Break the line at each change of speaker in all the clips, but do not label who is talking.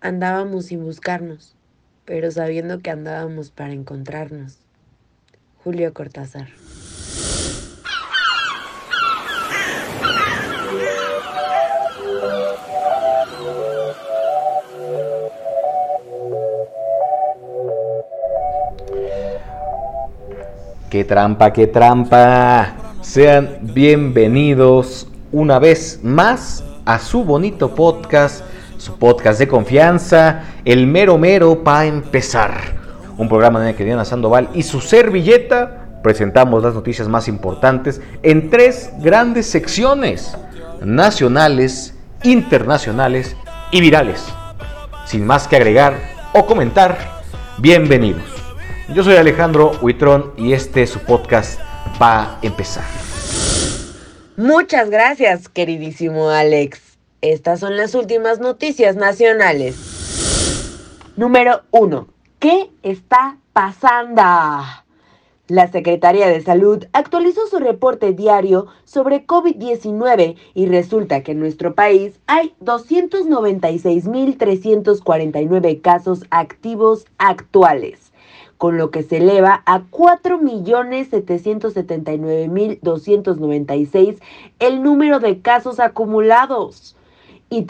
Andábamos sin buscarnos, pero sabiendo que andábamos para encontrarnos. Julio Cortázar.
¡Qué trampa, qué trampa! Sean bienvenidos una vez más a su bonito podcast, su podcast de confianza, el mero mero pa' empezar. Un programa en el que Diana Sandoval y su servilleta presentamos las noticias más importantes en tres grandes secciones: nacionales, internacionales y virales. Sin más que agregar o comentar, bienvenidos. Yo soy Alejandro Huitrón y este es su podcast Pa' Empezar.
Muchas gracias, queridísimo Alex. Estas son las últimas noticias nacionales. Número 1. ¿Qué está pasando? La Secretaría de Salud actualizó su reporte diario sobre COVID-19 y resulta que en nuestro país hay 296,349 casos activos actuales, con lo que se eleva a 4,779,296 el número de casos acumulados y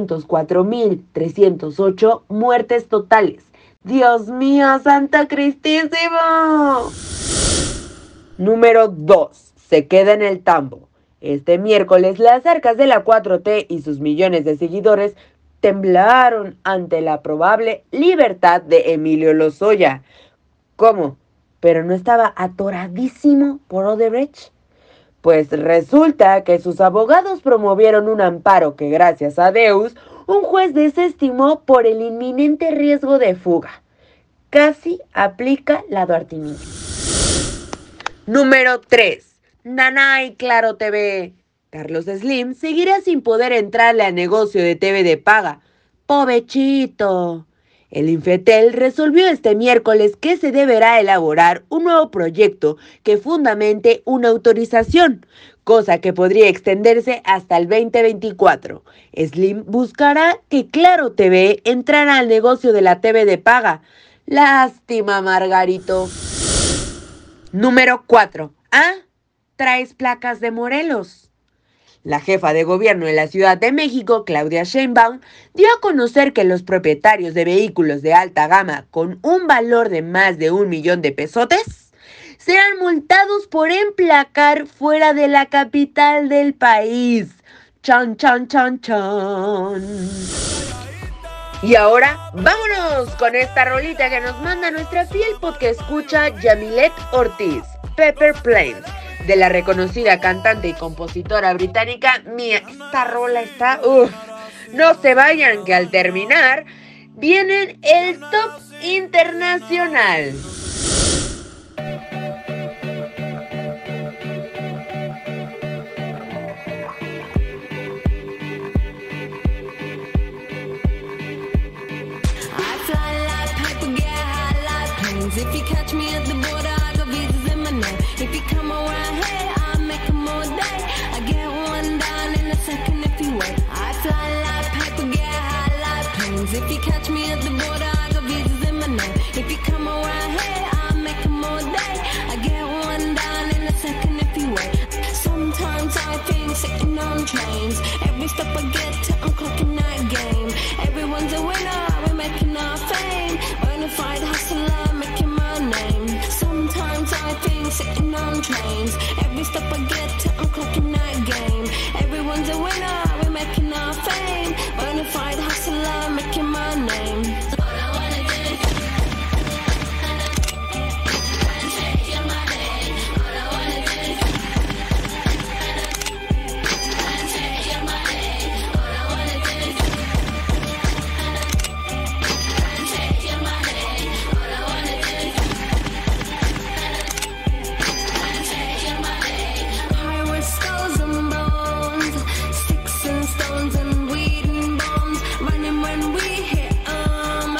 304,308 muertes totales. ¡Dios mío, Santo Cristísimo! Número 2. Se queda en el tambo. Este miércoles las arcas de la 4T y sus millones de seguidores temblaron ante la probable libertad de Emilio Lozoya. ¿Cómo? ¿Pero no estaba atoradísimo por Odebrecht? Pues resulta que sus abogados promovieron un amparo que, gracias a Deus, un juez desestimó por el inminente riesgo de fuga. Casi aplica la Duartiniña. Número 3. Nanay Claro TV. Carlos Slim seguirá sin poder entrarle al negocio de TV de paga. ¡Pobechito! El Infetel resolvió este miércoles que se deberá elaborar un nuevo proyecto que fundamente una autorización, cosa que podría extenderse hasta el 2024. Slim buscará que Claro TV entrara al negocio de la TV de paga. Lástima, Margarito. Número 4. ¿Traes placas de Morelos? La jefa de gobierno de la Ciudad de México, Claudia Sheinbaum, dio a conocer que los propietarios de vehículos de alta gama con un valor de más de 1 millón de pesotes serán multados por emplacar fuera de la capital del país. ¡Chan, chan, chan, chan! Y ahora, vámonos con esta rolita que nos manda nuestra fiel podcast escucha Yamilet Ortiz, Pepper Plains, de la reconocida cantante y compositora británica Mia. Esta rola está... No se vayan, que al terminar viene el top internacional.
If you catch me at the border, I got visas in my name. If you come around here, I'll make them all day. I get one down in a second if you wait. I fly like paper, get high like planes. If you catch me at the border, I got visas in my name. If you come around here, I'll make them all day. I get one down in a second if you wait. Sometimes I think sitting on trains. Every step I get to, I'm clocking that game. Everyone's a winner, we're making our fame. Bonafide hustler, making my name. Sometimes I think sitting on trains. Every step I get to, I'm clocking that game. Everyone's a winner, we're making our fame. Bonafide hustler, making my name. All I wanna do is change your money. All I wanna do is change your money. All I wanna do is change your money. All I wanna do is change your money. Pirate skulls and bones, sticks and stones and weed and bombs, running when we hit 'em.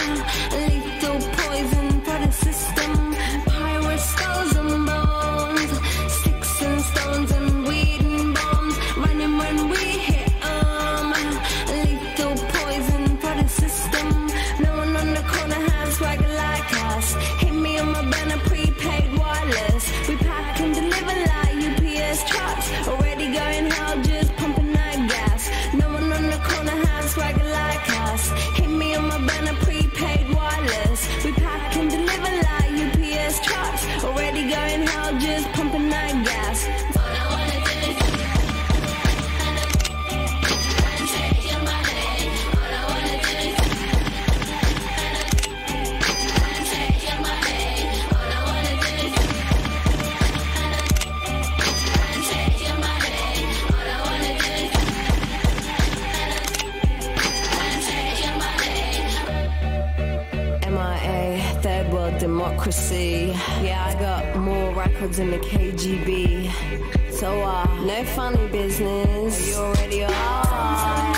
democracy. Yeah, I got more records than the KGB. So, no funny business. You already are.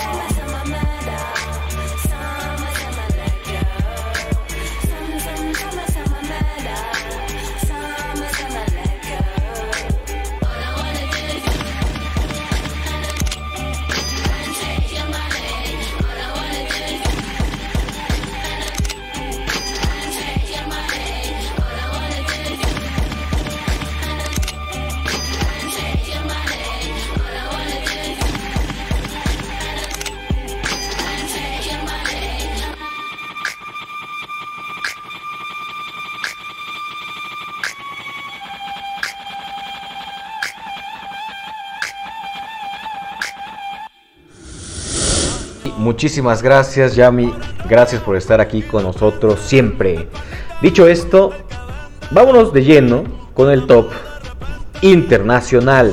Muchísimas gracias, Yami. Gracias por estar aquí con nosotros siempre. Dicho esto, vámonos de lleno con el top internacional.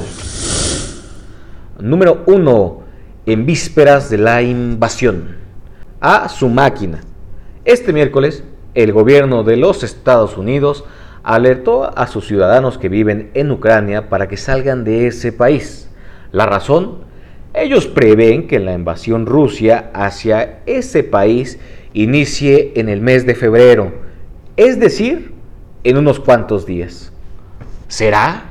Número 1. En vísperas de la invasión a su máquina. Este miércoles, el gobierno de los Estados Unidos alertó a sus ciudadanos que viven en Ucrania para que salgan de ese país. La razón: ellos prevén que la invasión Rusia hacia ese país inicie en el mes de febrero, es decir, en unos cuantos días. ¿Será?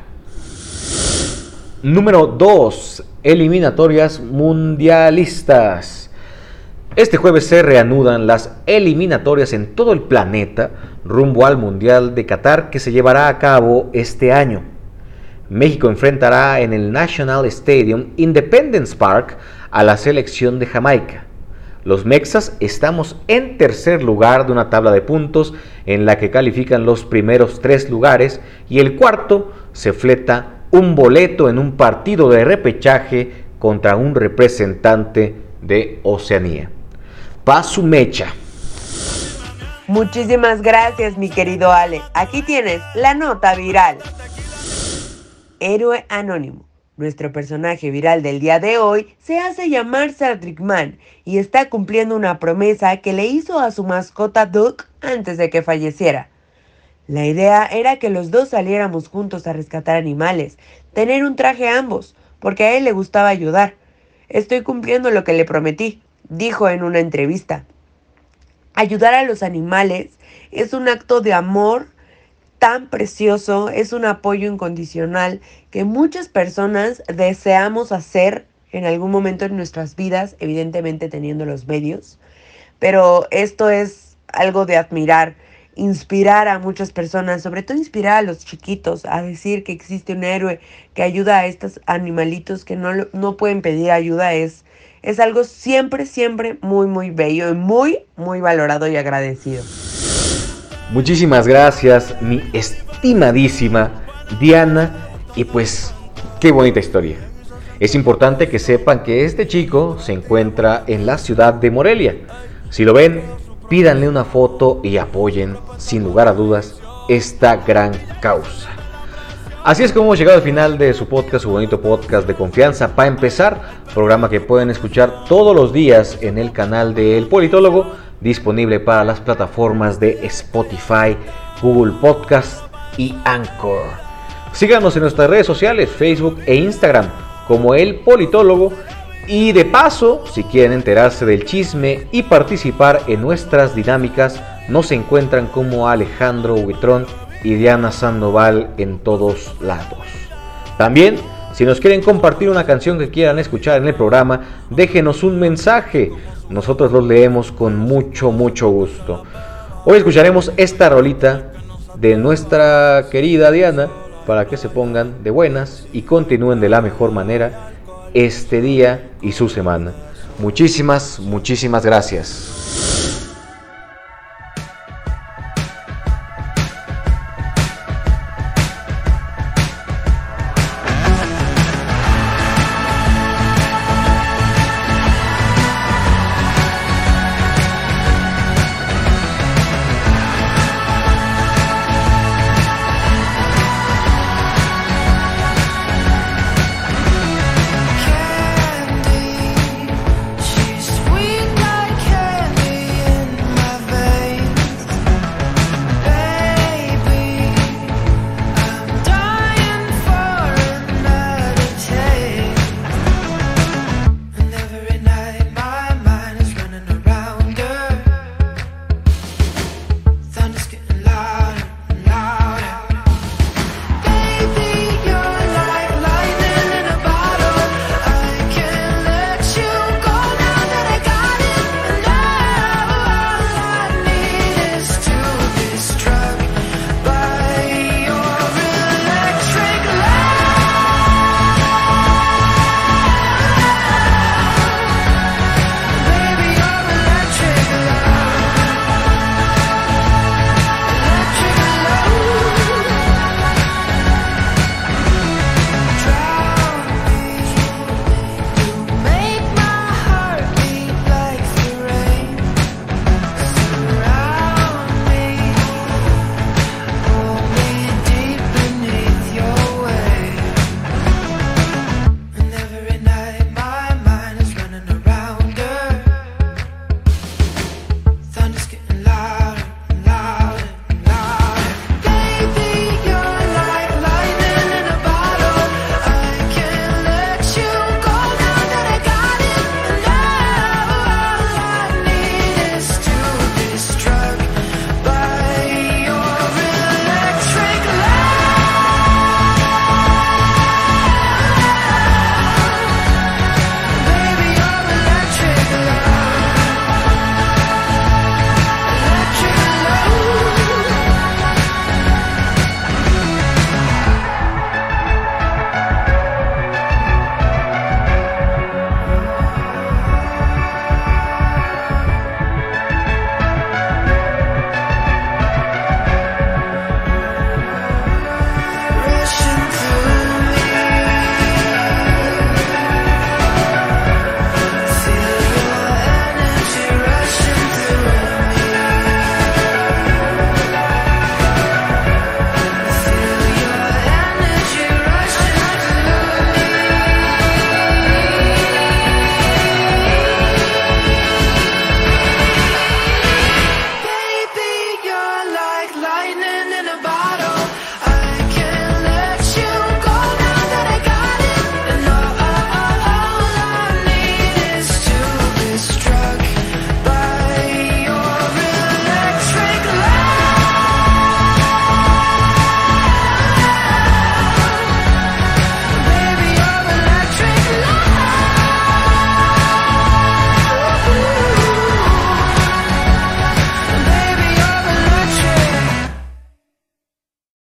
Número 2. Eliminatorias mundialistas. Este jueves se reanudan las eliminatorias en todo el planeta rumbo al Mundial de Qatar, que se llevará a cabo este año. México enfrentará en el National Stadium Independence Park a la selección de Jamaica. Los mexas estamos en tercer lugar de una tabla de puntos en la que califican los primeros 3 lugares y el cuarto se fleta un boleto en un partido de repechaje contra un representante de Oceanía. Pa' su mecha.
Muchísimas gracias, mi querido Ale. Aquí tienes la nota viral. Héroe anónimo. Nuestro personaje viral del día de hoy se hace llamar Cedric Mann y está cumpliendo una promesa que le hizo a su mascota Duck antes de que falleciera. La idea era que los dos saliéramos juntos a rescatar animales, tener un traje a ambos, porque a él le gustaba ayudar. Estoy cumpliendo lo que le prometí, dijo en una entrevista. Ayudar a los animales es un acto de amor tan precioso, es un apoyo incondicional que muchas personas deseamos hacer en algún momento en nuestras vidas, evidentemente teniendo los medios, pero esto es algo de admirar, inspirar a muchas personas, sobre todo inspirar a los chiquitos a decir que existe un héroe que ayuda a estos animalitos que no pueden pedir ayuda, es algo siempre muy, muy bello y muy, muy valorado y agradecido.
Muchísimas gracias, mi estimadísima Diana. Y pues, qué bonita historia. Es importante que sepan que este chico se encuentra en la ciudad de Morelia. Si lo ven, pídanle una foto y apoyen, sin lugar a dudas, esta gran causa. Así es como hemos llegado al final de su podcast, su bonito podcast de confianza. Para empezar, programa que pueden escuchar todos los días en el canal de El Politólogo, disponible para las plataformas de Spotify, Google Podcast y Anchor. Síganos en nuestras redes sociales, Facebook e Instagram, como El Politólogo. Y de paso, si quieren enterarse del chisme y participar en nuestras dinámicas, nos encuentran como Alejandro Huitrón y Diana Sandoval en todos lados. También, si nos quieren compartir una canción que quieran escuchar en el programa, déjenos un mensaje. Nosotros los leemos con mucho gusto. Hoy escucharemos esta rolita de nuestra querida Diana para que se pongan de buenas y continúen de la mejor manera este día y su semana. Muchísimas gracias.